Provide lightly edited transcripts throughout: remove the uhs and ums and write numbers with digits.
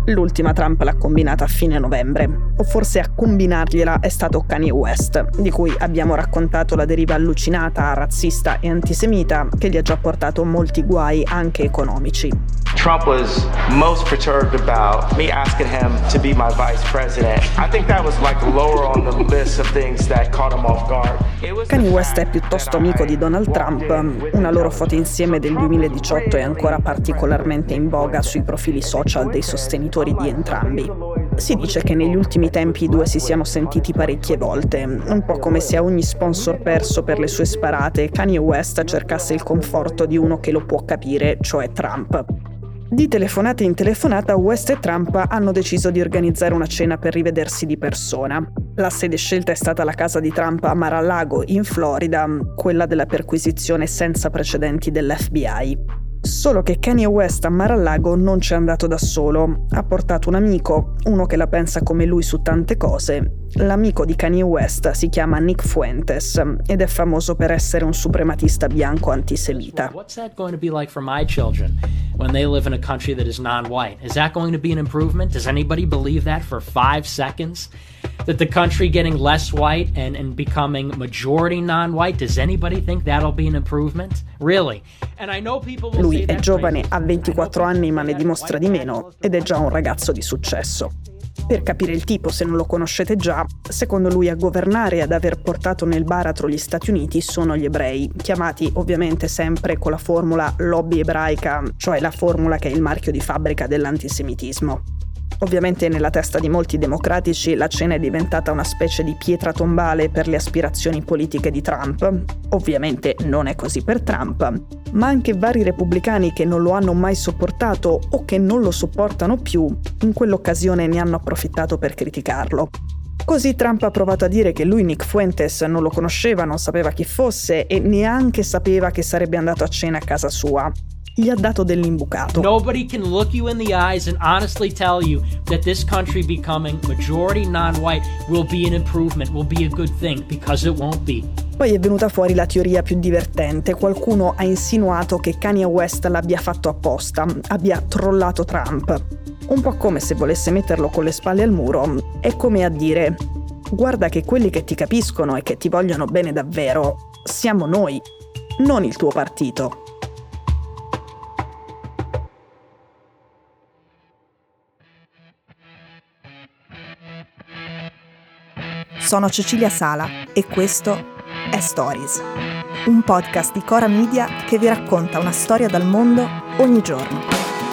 L'ultima Trump l'ha combinata a fine novembre, o forse a combinargliela è stato Kanye West, di cui abbiamo raccontato la deriva allucinata, razzista e antisemita che gli ha già portato molti guai anche economici. Trump was most perturbed about me asking him to be my vice president. I think that was like lower on the list of things that caught him off guard. Kanye West è piuttosto amico di Donald Trump. Una loro foto insieme del 2018 è ancora particolarmente in voga sui profili social dei sostenitori di entrambi. Si dice che negli ultimi tempi i due si siano sentiti parecchie volte, un po' come se a ogni sponsor perso per le sue sparate Kanye West cercasse il conforto di uno che lo può capire, cioè Trump. Di telefonata in telefonata, West e Trump hanno deciso di organizzare una cena per rivedersi di persona. La sede scelta è stata la casa di Trump a Mar-a-Lago, in Florida, quella della perquisizione senza precedenti dell'FBI. Solo che Kanye West a Mar-a-Lago non c'è andato da solo. Ha portato un amico, uno che la pensa come lui su tante cose. L'amico di Kanye West si chiama Nick Fuentes ed è famoso per essere un suprematista bianco antisemita. What's that going to be like for my children when they live in a country that is non-white? Is that going to be an improvement? Does anybody believe that for 5 seconds? That the country getting less white and becoming majority non-white, does anybody think that'll be an improvement? Really? And I know people will Lui è giovane, ha 24 anni ma ne dimostra di meno ed è già un ragazzo di successo. Per capire il tipo, se non lo conoscete già, secondo lui a governare e ad aver portato nel baratro gli Stati Uniti sono gli ebrei, chiamati ovviamente sempre con la formula lobby ebraica, cioè la formula che è il marchio di fabbrica dell'antisemitismo. Ovviamente nella testa di molti democratici la cena è diventata una specie di pietra tombale per le aspirazioni politiche di Trump. Ovviamente non è così per Trump, ma anche vari repubblicani che non lo hanno mai sopportato o che non lo sopportano più, in quell'occasione ne hanno approfittato per criticarlo. Così Trump ha provato a dire che lui Nick Fuentes non lo conosceva, non sapeva chi fosse e neanche sapeva che sarebbe andato a cena a casa sua. Gli ha dato dell'imbucato. Nobody can look you in the eyes and honestly tell you that this country becoming majority non-white will be an improvement, will be a good thing, because it won't be. Poi è venuta fuori la teoria più divertente. Qualcuno ha insinuato che Kanye West l'abbia fatto apposta, abbia trollato Trump. Un po' come se volesse metterlo con le spalle al muro. È come a dire: guarda che quelli che ti capiscono e che ti vogliono bene davvero siamo noi, non il tuo partito. Sono Cecilia Sala e questo è Stories, un podcast di Cora Media che vi racconta una storia dal mondo ogni giorno.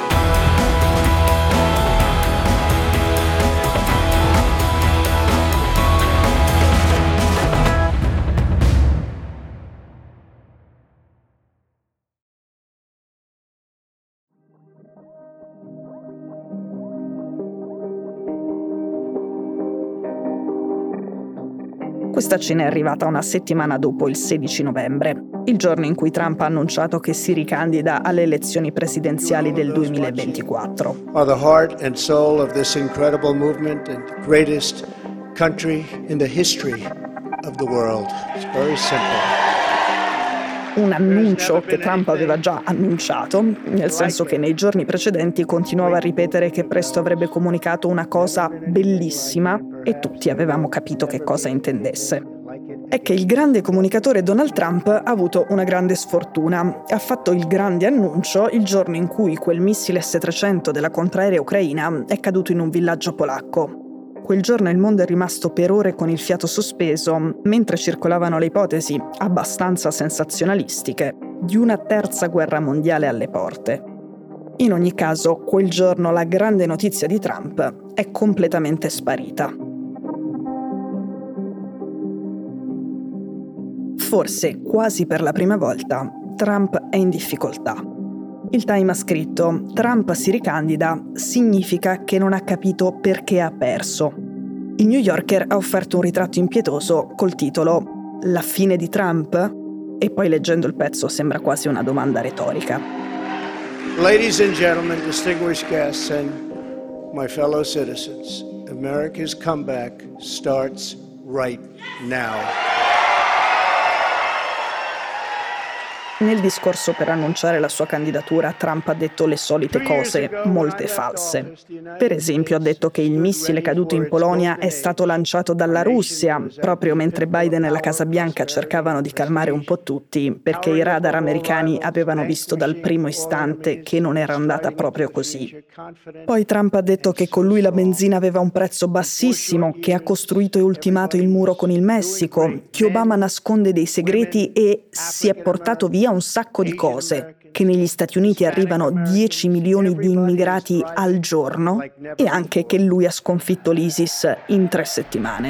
Questa cena è arrivata una settimana dopo il 16 novembre, il giorno in cui Trump ha annunciato che si ricandida alle elezioni presidenziali del 2024. Are the heart and soul of this incredible movement and greatest country in the history of the world. It's very simple. Un annuncio che Trump aveva già annunciato, nel senso che nei giorni precedenti continuava a ripetere che presto avrebbe comunicato una cosa bellissima e tutti avevamo capito che cosa intendesse. È che il grande comunicatore Donald Trump ha avuto una grande sfortuna. Ha fatto il grande annuncio il giorno in cui quel missile S-300 della contraerea ucraina è caduto in un villaggio polacco. Quel giorno il mondo è rimasto per ore con il fiato sospeso, mentre circolavano le ipotesi, abbastanza sensazionalistiche, di una terza guerra mondiale alle porte. In ogni caso, quel giorno la grande notizia di Trump è completamente sparita. Forse, quasi per la prima volta, Trump è in difficoltà. Il Time ha scritto: Trump si ricandida significa che non ha capito perché ha perso. Il New Yorker ha offerto un ritratto impietoso col titolo La fine di Trump? E poi leggendo il pezzo sembra quasi una domanda retorica. Ladies and gentlemen, distinguished guests and my fellow citizens, America's comeback starts right now. Nel discorso per annunciare la sua candidatura, Trump ha detto le solite cose, molte false. Per esempio, ha detto che il missile caduto in Polonia è stato lanciato dalla Russia, proprio mentre Biden e la Casa Bianca cercavano di calmare un po' tutti, perché i radar americani avevano visto dal primo istante che non era andata proprio così. Poi Trump ha detto che con lui la benzina aveva un prezzo bassissimo, che ha costruito e ultimato il muro con il Messico, che Obama nasconde dei segreti e si è portato via un sacco di cose, che negli Stati Uniti arrivano 10 milioni di immigrati al giorno e anche che lui ha sconfitto l'ISIS in 3 settimane.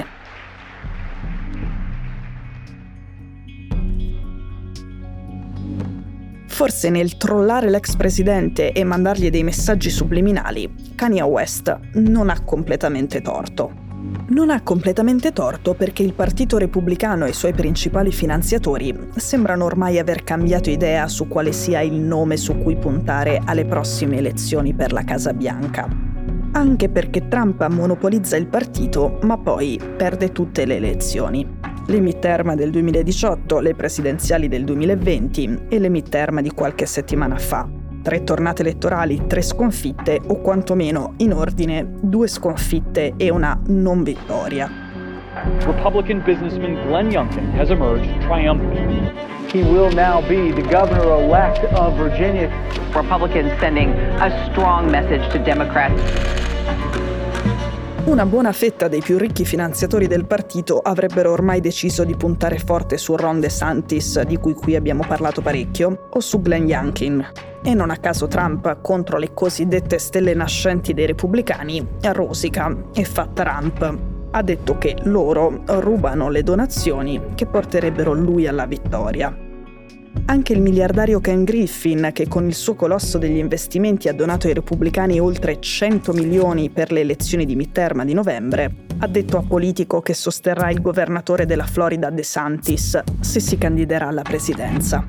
Forse nel trollare l'ex presidente e mandargli dei messaggi subliminali, Kanye West non ha completamente torto. Non ha completamente torto perché il Partito Repubblicano e i suoi principali finanziatori sembrano ormai aver cambiato idea su quale sia il nome su cui puntare alle prossime elezioni per la Casa Bianca. Anche perché Trump monopolizza il partito, ma poi perde tutte le elezioni. Le midterm del 2018, le presidenziali del 2020 e le midterm di qualche settimana fa. 3 tornate elettorali, 3 sconfitte o quantomeno, in ordine, 2 sconfitte e una non vittoria. Republican businessman Glenn Youngkin has emerged triumphant. He will now be the governor-elect of Virginia. Republicans sending a strong message to Democrats. Una buona fetta dei più ricchi finanziatori del partito avrebbero ormai deciso di puntare forte su Ron DeSantis, di cui qui abbiamo parlato parecchio, o su Glenn Youngkin. E non a caso Trump, contro le cosiddette stelle nascenti dei repubblicani, rosica e fa Trump. Ha detto che loro rubano le donazioni che porterebbero lui alla vittoria. Anche il miliardario Ken Griffin, che con il suo colosso degli investimenti ha donato ai repubblicani oltre 100 milioni per le elezioni di midterm di novembre, ha detto a Politico che sosterrà il governatore della Florida DeSantis se si candiderà alla presidenza.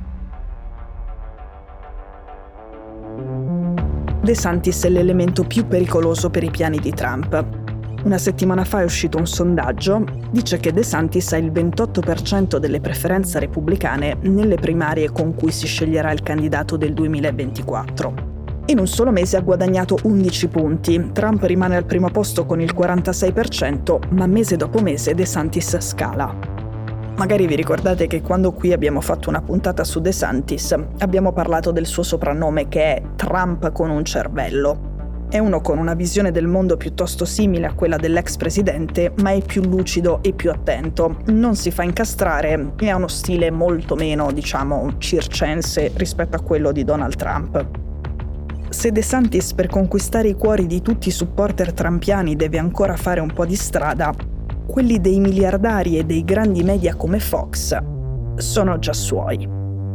DeSantis è l'elemento più pericoloso per i piani di Trump. Una settimana fa è uscito un sondaggio, dice che DeSantis ha il 28% delle preferenze repubblicane nelle primarie con cui si sceglierà il candidato del 2024. In un solo mese ha guadagnato 11 punti, Trump rimane al primo posto con il 46%, ma mese dopo mese DeSantis scala. Magari vi ricordate che quando qui abbiamo fatto una puntata su DeSantis abbiamo parlato del suo soprannome che è Trump con un cervello. È uno con una visione del mondo piuttosto simile a quella dell'ex presidente, ma è più lucido e più attento. Non si fa incastrare e ha uno stile molto meno, circense rispetto a quello di Donald Trump. Se DeSantis per conquistare i cuori di tutti i supporter trumpiani deve ancora fare un po' di strada, quelli dei miliardari e dei grandi media come Fox sono già suoi.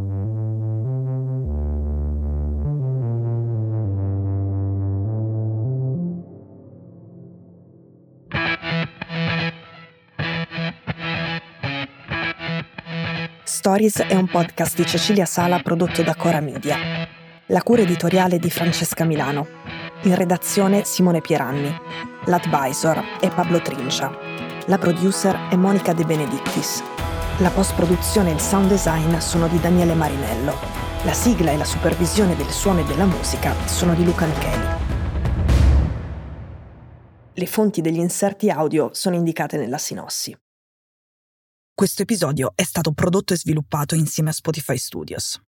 Stories è un podcast di Cecilia Sala prodotto da Cora Media. La cura editoriale di Francesca Milano. In redazione Simone Pieranni. L'advisor è Pablo Trincia. La producer è Monica De Benedictis. La post-produzione e il sound design sono di Daniele Marinello. La sigla e la supervisione del suono e della musica sono di Luca Micheli. Le fonti degli inserti audio sono indicate nella sinossi. Questo episodio è stato prodotto e sviluppato insieme a Spotify Studios.